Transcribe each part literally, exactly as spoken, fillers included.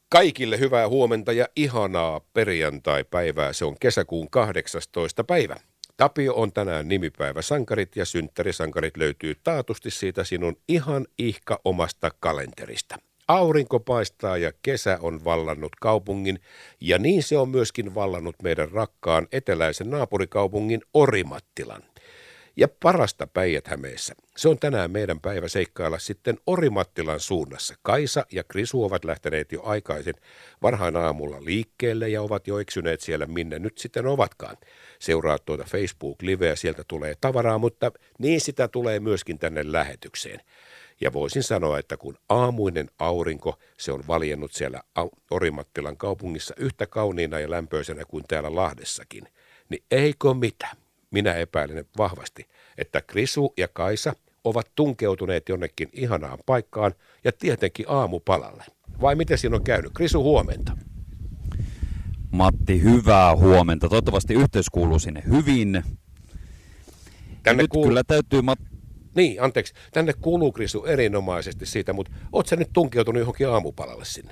Kaikille hyvää huomenta ja ihanaa perjantai-päivää. Se on kesäkuun kahdeksastoista päivä. Tapio on tänään nimipäivä. Sankarit ja synttärisankarit löytyy taatusti siitä sinun ihan ihka omasta kalenterista. Aurinko paistaa ja kesä on vallannut kaupungin ja niin se on myöskin vallannut meidän rakkaan eteläisen naapurikaupungin Orimattilan. Ja parasta Päijät-Hämeessä. Se on tänään meidän päivä seikkailla sitten Orimattilan suunnassa. Kaisa ja Krisu ovat lähteneet jo aikaisin varhain aamulla liikkeelle ja ovat jo eksyneet siellä minne nyt sitten ovatkaan. Seuraa tuota Facebook-liveä, sieltä tulee tavaraa, mutta niin sitä tulee myöskin tänne lähetykseen. Ja voisin sanoa, että kun aamuinen aurinko, se on valjennut siellä Orimattilan kaupungissa yhtä kauniina ja lämpöisenä kuin täällä Lahdessakin, niin eikö mitä? Minä epäilen vahvasti, että Krisu ja Kaisa ovat tunkeutuneet jonnekin ihanaan paikkaan ja tietenkin aamupalalle. Vai miten siinä on käynyt? Krisu, huomenta. Matti, hyvää huomenta. Toivottavasti yhteys kuuluu sinne hyvin. Tänne nyt kuul... kyllä täytyy... Mat... Niin, anteeksi. Tänne kuuluu Krisu erinomaisesti siitä, mutta ootko sä nyt tunkeutunut johonkin aamupalalle sinne?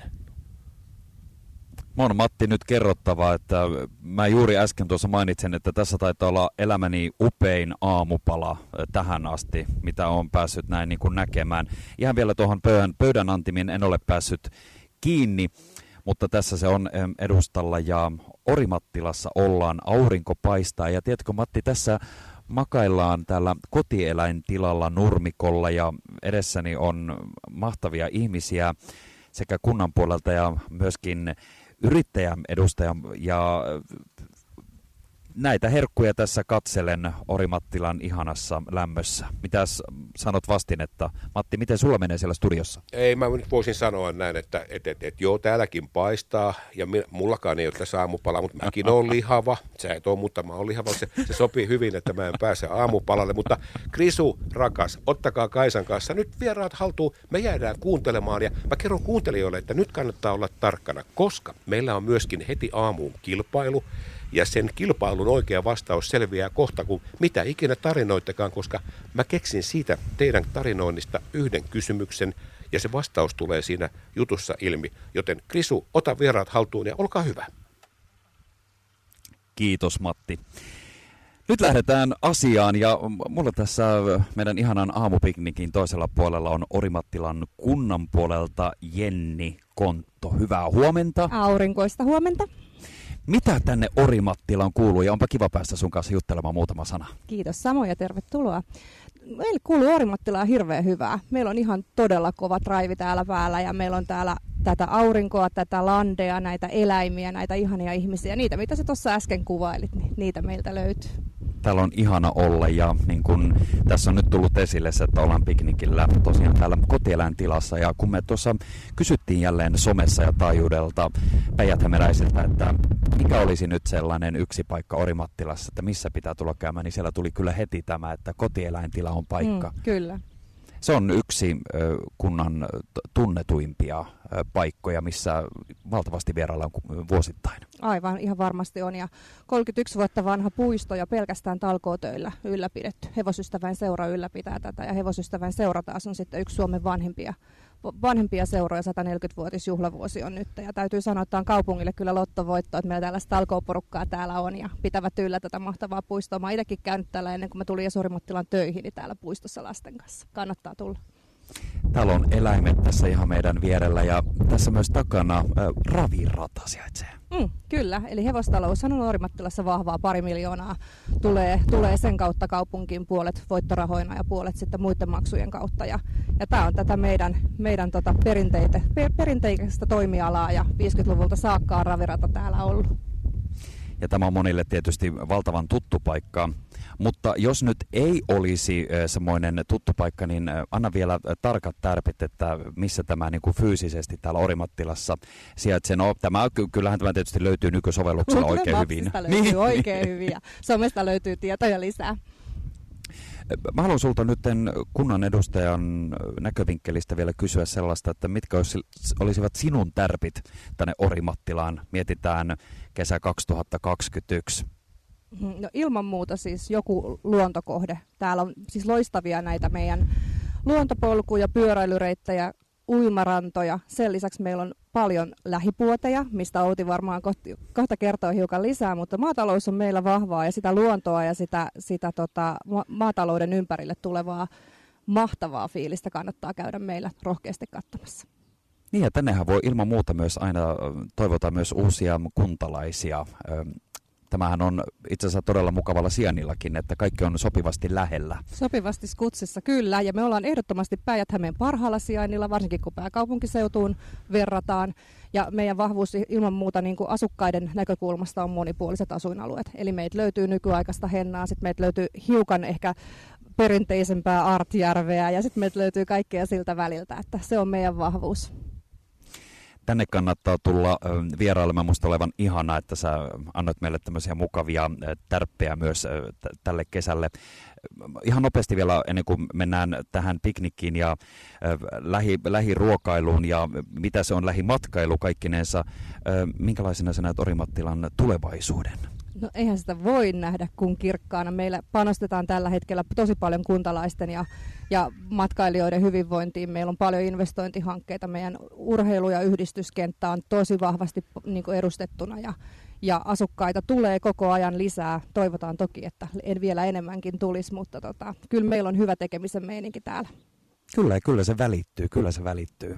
Mä oon Matti nyt kerrottava, että mä juuri äsken tuossa mainitsin, että tässä taitaa olla elämäni upein aamupala tähän asti, mitä olen päässyt näin niin kuin näkemään. Ihan vielä tuohon pöydän, pöydän antimin en ole päässyt kiinni, mutta tässä se on edustalla ja Orimattilassa ollaan, aurinko paistaa. Ja tiedätkö Matti, tässä makaillaan täällä kotieläintilalla nurmikolla ja edessäni on mahtavia ihmisiä sekä kunnan puolelta ja myöskin yrittäjän edustaja ja näitä herkkuja tässä katselen Orimattilan ihanassa lämmössä. Mitäs sanot vastin, että Matti, miten sulla menee siellä studiossa? Ei, mä nyt voisin sanoa näin, että et, et, et, joo, täälläkin paistaa ja mi, mullakaan ei ole tässä aamupala, mutta mäkin olen lihava. Sä et ole, mutta mä oon lihava. Se, se sopii hyvin, että mä en pääse aamupalalle. Mutta Krisu, rakas, ottakaa Kaisan kanssa nyt vieraat haltuun. Me jäädään kuuntelemaan ja mä kerron kuuntelijoille, että nyt kannattaa olla tarkkana, koska meillä on myöskin heti aamuun kilpailu. Ja sen kilpailun oikea vastaus selviää kohta, kun mitä ikinä tarinoittekaan, koska mä keksin siitä teidän tarinoinnista yhden kysymyksen ja se vastaus tulee siinä jutussa ilmi. Joten Krisu, ota vieraat haltuun ja olkaa hyvä. Kiitos Matti. Nyt lähdetään asiaan ja mulla tässä meidän ihanan aamupiknikin toisella puolella on Orimattilan kunnan puolelta Jenni Kontto. Hyvää huomenta. Aurinkoista huomenta. Mitä tänne Orimattilaan kuuluu ja onpa kiva päästä sun kanssa juttelemaan muutama sana. Kiitos samoin ja tervetuloa. Meillä kuuluu Orimattilaan hirveän hyvää. Meillä on ihan todella kova drive täällä päällä ja meillä on täällä tätä aurinkoa, tätä landea, näitä eläimiä, näitä ihania ihmisiä. Niitä, mitä sä tuossa äsken kuvailit, niin niitä meiltä löytyy. Täällä on ihana olla ja niin kun tässä on nyt tullut esille se, että ollaan piknikillä tosiaan täällä kotieläintilassa. Ja kun me tuossa kysyttiin jälleen somessa ja taajuudelta päijät-hämeläisiltä, että mikä olisi nyt sellainen yksi paikka Orimattilassa, että missä pitää tulla käymään, niin siellä tuli kyllä heti tämä, että kotieläintila on paikka. Mm, kyllä. Se on yksi kunnan tunnetuimpia paikkoja, missä valtavasti vieraillaan vuosittain. Aivan, ihan varmasti on. Ja kolmekymmentäyksi vuotta vanha puisto ja pelkästään talkootöillä ylläpidetty. Hevosystävän seura ylläpitää tätä ja Hevosystävän seura taas on sitten yksi Suomen vanhimpia, vanhempia seuroja. sataneljäkymmenvuotisjuhlavuosi on nyt. Ja täytyy sanoa, että on kaupungille kyllä lottovoitto, että meillä tällaista talkooporukkaa täällä on ja pitävät yllä tätä mahtavaa puistoa. Mä oon itsekin käynyt täällä ennen kuin mä tulin Orimattilan töihin, niin täällä puistossa lasten kanssa. Kannattaa tulla. Täällä on eläimet tässä ihan meidän vierellä ja tässä myös takana äh, ravirata sijaitsee. Mm, kyllä, eli hevostalous on Orimattilassa vahvaa, pari miljoonaa tulee, tulee sen kautta kaupunkiin, puolet voittorahoina ja puolet sitten muiden maksujen kautta. Ja, ja tämä on tätä meidän, meidän tota perinteitä, per, perinteikästä toimialaa ja viisikymmentäluvulta saakka on ravirata täällä ollut. Ja tämä on monille tietysti valtavan tuttu paikka. Mutta jos nyt ei olisi semmoinen tuttu paikka, niin anna vielä tarkat tärpit, että missä tämä niin kuin fyysisesti täällä Orimattilassa sijaitsee. No, tämä, kyllähän tämä tietysti löytyy nykysovelluksella oikein hyvin. Mapsista löytyy niin, oikein hyvin ja somesta löytyy tietoja lisää. Mä haluan sulta nyt kunnan edustajan näkövinkkelistä vielä kysyä sellaista, että mitkä olisivat sinun tärpit tänne Orimattilaan. Mietitään kesä kaksituhattakaksikymmentäyksi. No ilman muuta siis joku luontokohde. Täällä on siis loistavia näitä meidän luontopolkuja, pyöräilyreittejä, uimarantoja. Sen lisäksi meillä on paljon lähipuoteja, mistä Outi varmaan kohti, kohta kertoo hiukan lisää, mutta maatalous on meillä vahvaa ja sitä luontoa ja sitä, sitä tota, ma- maatalouden ympärille tulevaa mahtavaa fiilistä kannattaa käydä meillä rohkeasti katsomassa. Niin ja tännehän voi ilman muuta myös aina toivottaa myös uusia kuntalaisia. Tämähän on itse asiassa todella mukavalla sijainnillakin, että kaikki on sopivasti lähellä. Sopivasti Skutsissa, kyllä. Ja me ollaan ehdottomasti Päijät-Hämeen parhaalla sijainnilla, varsinkin kun pääkaupunkiseutuun verrataan. Ja meidän vahvuus ilman muuta niin kuin asukkaiden näkökulmasta on monipuoliset asuinalueet. Eli meitä löytyy nykyaikaista Hennaa, sitten meitä löytyy hiukan ehkä perinteisempää Artjärveä ja sitten meitä löytyy kaikkea siltä väliltä, että se on meidän vahvuus. Tänne kannattaa tulla vierailemaan. Musta olevan ihana, että sä annoit meille tämmöisiä mukavia tärppejä myös t- tälle kesälle. Ihan nopeasti vielä ennen kuin mennään tähän piknikkiin ja lähi, lähiruokailuun ja mitä se on lähimatkailu kaikkinensa. Minkälaisena sä näet Orimattilan tulevaisuuden? No eihän sitä voi nähdä kuin kirkkaana. Meillä panostetaan tällä hetkellä tosi paljon kuntalaisten ja, ja matkailijoiden hyvinvointiin. Meillä on paljon investointihankkeita. Meidän urheilu- ja yhdistyskenttä on tosi vahvasti niin kuin edustettuna ja, ja asukkaita tulee koko ajan lisää. Toivotaan toki, että en vielä enemmänkin tulisi, mutta tota, kyllä meillä on hyvä tekemisen meininki täällä. Kyllä, kyllä se välittyy, kyllä se välittyy.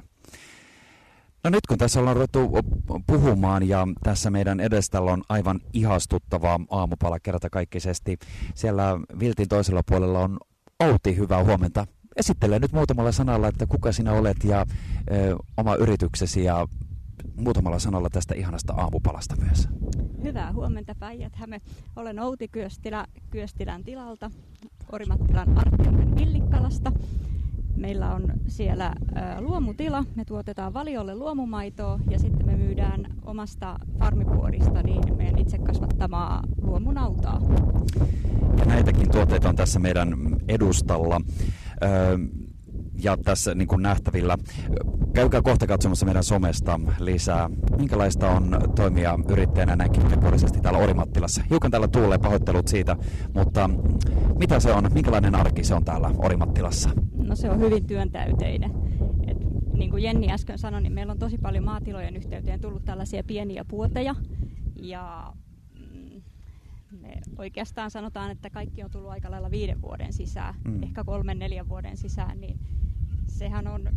No nyt kun tässä ollaan ruvettu puhumaan ja tässä meidän edestalla on aivan ihastuttava aamupala kertakaikkisesti. Siellä viltin toisella puolella on Outi, hyvää huomenta. Esittele nyt muutamalla sanalla, että kuka sinä olet ja ö, oma yrityksesi ja muutamalla sanalla tästä ihanasta aamupalasta myös. Hyvää huomenta Päijät-Häme. Olen Outi Kyöstilä Kyöstilän tilalta Orimattilan Artjärven Villikkalasta. Meillä on siellä ä, luomutila, me tuotetaan Valiolle luomumaitoa ja sitten me myydään omasta farmipuodista niin meidän itse kasvattamaa luomunautaa. Ja näitäkin tuotteita on tässä meidän edustalla öö, ja tässä niin kuin nähtävillä. Käykää kohta katsomassa meidän somesta lisää. Minkälaista on toimia yrittäjänä näinkin monipuolisesti täällä Orimattilassa? Hiukan täällä tuulee, pahoittelut siitä, mutta mitä se on? Minkälainen arki se on täällä Orimattilassa? No se on hyvin työntäyteinen. Et, niin kuin Jenni äsken sanoi, niin meillä on tosi paljon maatilojen yhteyteen tullut tällaisia pieniä puoteja. Ja mm, me oikeastaan sanotaan, että kaikki on tullut aika lailla viiden vuoden sisään, mm. ehkä kolmen, neljän vuoden sisään, niin sehän on ö,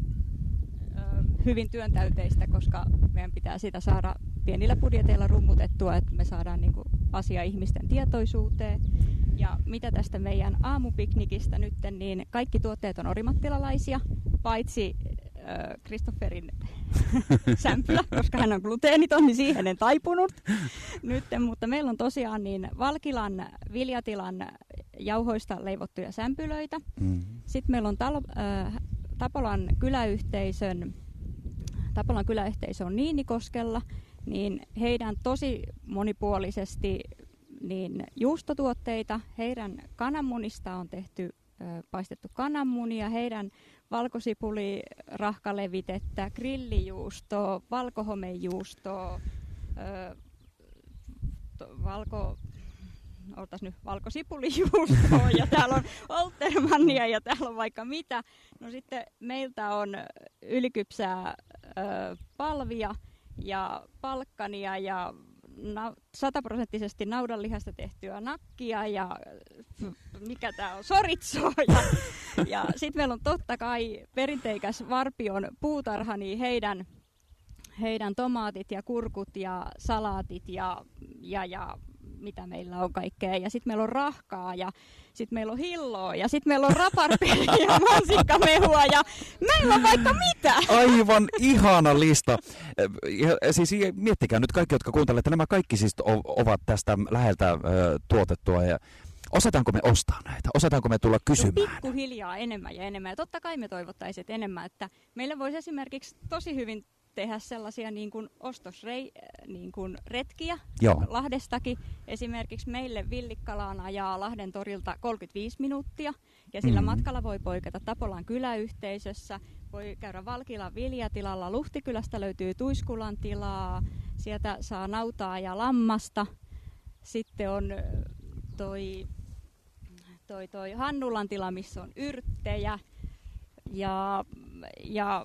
hyvin työntäyteistä, koska meidän pitää sitä saada pienillä budjeteilla rummutettua, että me saadaan niin kuin asia ihmisten tietoisuuteen. Ja mitä tästä meidän aamupiknikistä nyt, niin kaikki tuotteet on orimattilalaisia, paitsi Kristofferin sämpylä, koska hän on gluteeniton, niin siihen en taipunut nyt. Mutta meillä on tosiaan niin Valkilan viljatilan jauhoista leivottuja sämpylöitä. Mm-hmm. Sitten meillä on Talo, äh, Tapolan kyläyhteisön, Tapolan kyläyhteisö on Niinikoskella, niin heidän tosi monipuolisesti niin juustotuotteita. Heidän kananmunista on tehty ö, paistettu kananmunia, heidän valkosipuli, rahkalevitettä, grillijuustoa, valkohomejuustoa, ö, to, valko, oltais nyt valkosipulijuustoa ja täällä on Oltermannia ja täällä on vaikka mitä. No sitten meiltä on ylikypsää ö, palvia ja palkkania ja sataprosenttisesti naudanlihasta tehtyä nakkia ja mikä tää on, soritsoa. Ja, ja sitten meillä on totta kai perinteikäs Varpion puutarha, niin heidän, heidän tomaatit ja kurkut ja salaatit ja, ja, ja mitä meillä on kaikkea. Ja sitten meillä on rahkaa ja sitten meillä on hilloa ja sitten meillä on raparpeliä ja mansikkamehua ja meillä on vaikka mitä. Aivan ihana lista. Ja, siis miettikää nyt kaikki, jotka kuuntelette, nämä kaikki siis ovat tästä läheltä ö, tuotettua ja osataanko me ostaa näitä? Osataanko me tulla kysymään? No, pikkuhiljaa enemmän ja enemmän. Ja totta kai me toivottaisiin enemmän, että meillä voisi esimerkiksi tosi hyvin tehdä sellaisia niin kuin ostosrei, niin kuin retkiä. Joo. Lahdestakin. Esimerkiksi meille Villikkalaan ajaa Lahden torilta kolmekymmentäviisi minuuttia. Ja sillä mm. matkalla voi poiketa Tapolan kyläyhteisössä. Voi käydä Valkilan viljatilalla. Luhtikylästä löytyy Tuiskulan tilaa. Sieltä saa nautaa ja lammasta. Sitten on toi, toi, toi Hannulan tila, missä on yrttejä. Ja, ja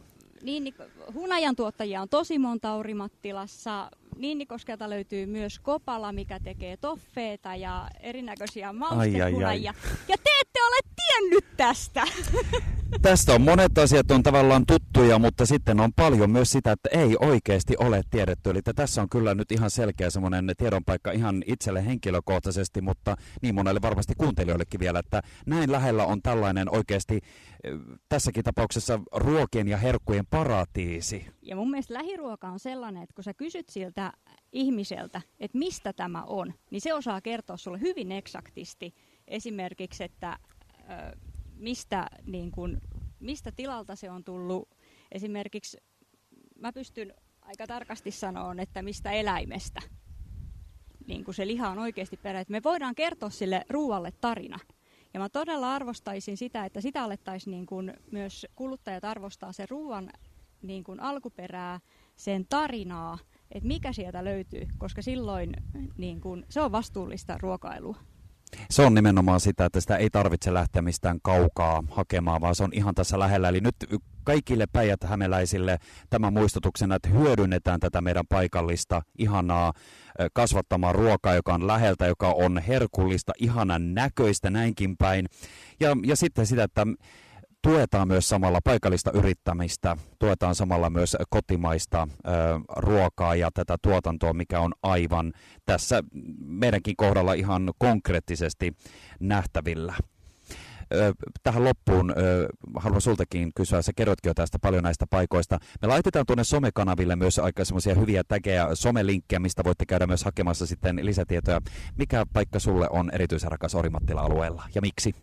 niin, hunajan tuottajia on tosi monta Orimattilassa. Niinnikoskelta löytyy myös Kopala, mikä tekee toffeeta ja erinäköisiä maustehunajia. Ja te ette ole tiennyt tästä! Tästä on monet asiat on tavallaan tuttuja, mutta sitten on paljon myös sitä, että ei oikeasti ole tiedetty. Eli tässä on kyllä nyt ihan selkeä semmoinen tiedonpaikka ihan itselle henkilökohtaisesti, mutta niin monelle varmasti kuuntelijoillekin vielä, että näin lähellä on tällainen oikeasti tässäkin tapauksessa ruokien ja herkkujen paratiisi. Ja mun mielestä lähiruoka on sellainen, että kun sä kysyt siltä ihmiseltä, että mistä tämä on, niin se osaa kertoa sulle hyvin eksaktisti esimerkiksi, että ö, mistä, niin kun, mistä tilalta se on tullut. Esimerkiksi mä pystyn aika tarkasti sanomaan, että mistä eläimestä niin kun se liha on oikeasti perä. Me voidaan kertoa sille ruualle tarina. Ja mä todella arvostaisin sitä, että sitä alettaisiin niin kun myös kuluttajat arvostaa sen ruuan niin kun alkuperää, sen tarinaa, että mikä sieltä löytyy, koska silloin niin kun, se on vastuullista ruokailua. Se on nimenomaan sitä, että sitä ei tarvitse lähteä mistään kaukaa hakemaan, vaan se on ihan tässä lähellä. Eli nyt kaikille päijät-hämeläisille tämä muistutuksena, että hyödynnetään tätä meidän paikallista, ihanaa kasvattamaa ruokaa, joka on läheltä, joka on herkullista, ihanan näköistä näinkin päin. Ja, ja sitten sitä, että tuetaan myös samalla paikallista yrittämistä, tuetaan samalla myös kotimaista ö, ruokaa ja tätä tuotantoa, mikä on aivan tässä meidänkin kohdalla ihan konkreettisesti nähtävillä. Ö, tähän loppuun ö, haluan sultakin kysyä, sä kerrotkin jo tästä paljon näistä paikoista. Me laitetaan tuonne somekanaville myös aika semmoisia hyviä tägejä, somelinkkejä, mistä voitte käydä myös hakemassa sitten lisätietoja. Mikä paikka sulle on erityisen rakas Orimattila-alueella ja miksi?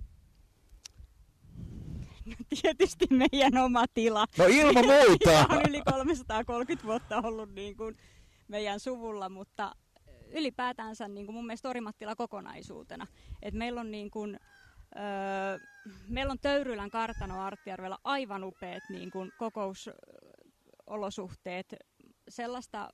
Tietysti meidän oma tila. No ilman muuta! Ja on yli kolmesataakolmekymmentä vuotta ollut niin kuin meidän suvulla, mutta ylipäätänsä niin kuin mun mielestä Orimattila kokonaisuutena. Et meillä on niin kuin, öö, meillä on Töyrylän kartano Arttijärvellä aivan upeat niin kuin kokousolosuhteet. Sellaista,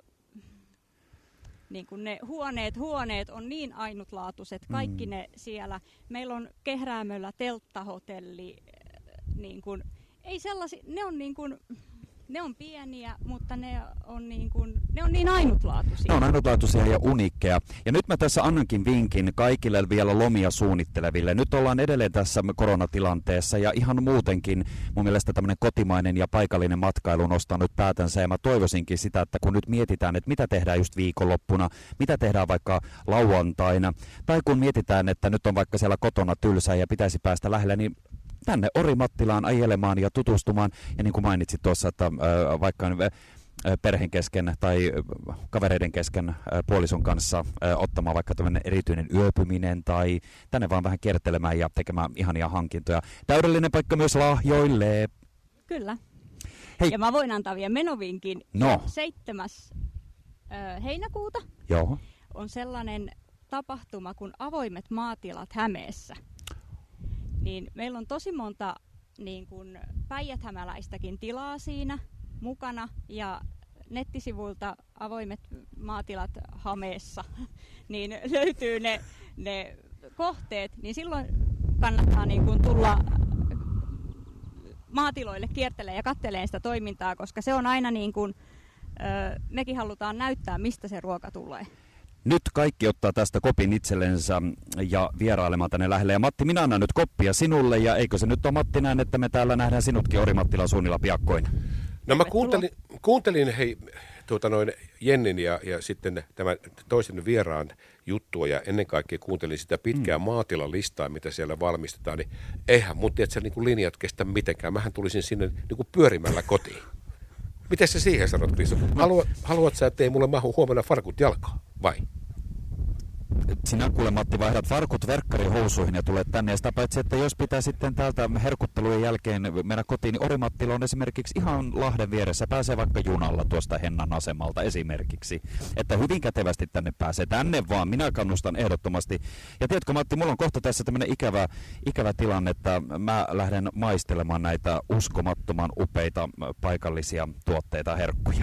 niin kuin ne huoneet, huoneet on niin ainutlaatuiset, kaikki mm. ne siellä. Meillä on Kehräämöllä telttahotelli. Niin kun, ei sellaisi, ne on niin kun, ne on pieniä, mutta ne on niin kun, ne on niin ainutlaatuisia. Ne on ainutlaatuisia ja uniikkeja. Ja nyt mä tässä annankin vinkin kaikille vielä lomia suunnitteleville. Nyt ollaan edelleen tässä koronatilanteessa ja ihan muutenkin mun mielestä tämmöinen kotimainen ja paikallinen matkailu nostaa nyt päätänsä. Ja mä toivoisinkin sitä, että kun nyt mietitään, että mitä tehdään just viikonloppuna, mitä tehdään vaikka lauantaina, tai kun mietitään, että nyt on vaikka siellä kotona tylsää ja pitäisi päästä lähelle, niin tänne Orimattilaan ajelemaan ja tutustumaan. Ja niin kuin mainitsit tuossa, että äh, vaikka äh, perheen kesken tai äh, kavereiden kesken äh, puolison kanssa äh, ottamaan vaikka tämmöinen erityinen yöpyminen tai tänne vaan vähän kiertelemään ja tekemään ihania hankintoja. Täydellinen paikka myös lahjoille. Kyllä. Hei. Ja mä voin antaa vielä menovinkin. No. seitsemäs äh, heinäkuuta Joo. on sellainen tapahtuma kuin Avoimet maatilat Hämeessä. Niin meillä on tosi monta niin kuin päijäthämäläistäkin tilaa siinä mukana ja nettisivuilta Avoimet maatilat Hameessa niin löytyy ne, ne kohteet, niin silloin kannattaa niin kuin tulla maatiloille kiertelemään ja katselemaan sitä toimintaa, koska se on aina niin kuin, ö, mekin halutaan näyttää, mistä se ruoka tulee. Nyt kaikki ottaa tästä kopin itsellensä ja vierailemaan tänne lähelle. Ja Matti, minä annan nyt koppia sinulle ja eikö se nyt ole Matti näin, että me täällä nähdään sinutkin Orimattilan suunnilla piakkoin? No mä kuuntelin, kuuntelin hei, tuota noin Jennin ja, ja sitten tämän toisen vieraan juttua ja ennen kaikkea kuuntelin sitä pitkää mm. maatilalistaa, mitä siellä valmistetaan, niin eihän mun tiedä, että niin kuin linjat kestä mitenkään. Mähän tulisin sinne niin kuin pyörimällä kotiin. Miten sä siihen sanot, Kristo? Haluat, haluat sä, ettei mulle mahu huomenna farkut jalkaan, vai? Sinä kuule Matti vaihdat farkut verkkarihousuihin ja tulet tänne. Ja sitä paitsi, että jos pitää sitten täältä herkuttelujen jälkeen mennä kotiin, niin Orimattila on esimerkiksi ihan Lahden vieressä. Pääsee vaikka junalla tuosta Hennan asemalta esimerkiksi. Että hyvin kätevästi tänne pääsee. Tänne vaan, minä kannustan ehdottomasti. Ja tiedätkö Matti, mulla on kohta tässä tämmöinen ikävä, ikävä tilanne, että mä lähden maistelemaan näitä uskomattoman upeita paikallisia tuotteita, herkkuja.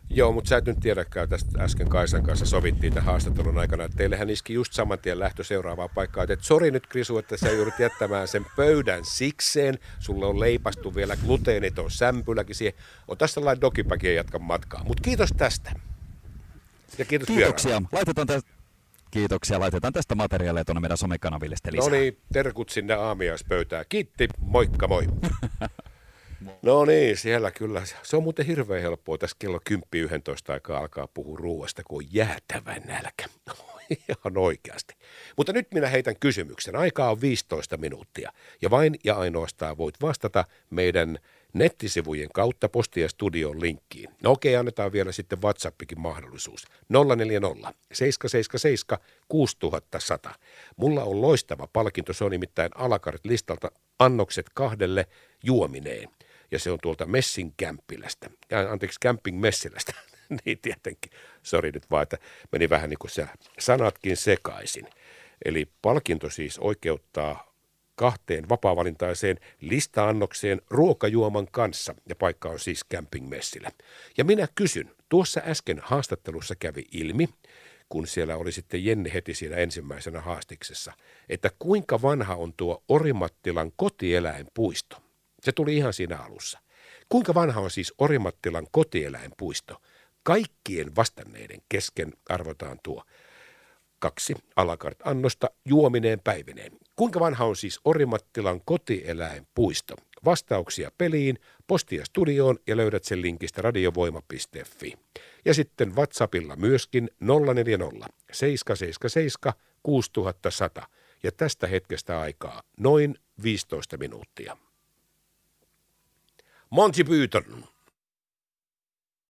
Joo, mutta sä et nyt tiedäkään, tästä äsken Kaisan kanssa sovittiin tämän haastattelun aikana, että teillähän iski just saman tien lähtö seuraavaa paikkaa. Että sori nyt Krisu, että sä joudut jättämään sen pöydän sikseen. Sulle on leipastu vielä gluteeniton sämpyläkin siihen. Ota sellainen dokipäki ja jatka matkaa. Mutta kiitos tästä. Ja kiitos Kiitoksia. Laitetaan tästä. Kiitoksia. Laitetaan tästä materiaalia tuonne meidän somekanaville sitten lisää. No niin, terkut sinne aamiaispöytään. Kiitti, moikka moi. No niin, siellä kyllä. Se on muuten hirveän helppoa. Tässä kello kymmenen yksitoista aikaa alkaa puhua ruoasta, kun on jäätävä nälkä. Ihan oikeasti. Mutta nyt minä heitän kysymyksen. Aikaa on viisitoista minuuttia. Ja vain ja ainoastaan voit vastata meidän nettisivujen kautta Posti ja Studion linkkiin. No okei, annetaan vielä sitten WhatsAppikin mahdollisuus. nolla neljä nolla seitsemän seitsemän seitsemän kuusi nolla sata. Mulla on loistava palkinto, se on nimittäin Alakart-listalta annokset kahdelle juomineen. Ja se on tuolta Messin Kämppilästä, ja, anteeksi Camping Messilästä, niin tietenkin, sori nyt vaan, että meni vähän niin kuin siellä sanatkin sekaisin. Eli palkinto siis oikeuttaa kahteen vapaavalintaiseen lista-annokseen ruokajuoman kanssa, ja paikka on siis Camping Messilä. Ja minä kysyn, tuossa äsken haastattelussa kävi ilmi, kun siellä oli sitten Jenni heti siinä ensimmäisenä haastiksessa, että kuinka vanha on tuo Orimattilan kotieläinpuisto. Se tuli ihan siinä alussa. Kuinka vanha on siis Orimattilan kotieläinpuisto? Kaikkien vastanneiden kesken arvotaan tuo kaksi Alakart-annosta juomineen päivineen. Kuinka vanha on siis Orimattilan kotieläinpuisto? Vastauksia peliin, Postia Studioon ja löydät sen linkistä radiovoima piste fi. Ja sitten WhatsAppilla myöskin nolla neljä nolla seitsemän seitsemän seitsemän kuusi nolla sata. Ja tästä hetkestä aikaa noin viisitoista minuuttia. Monty Python.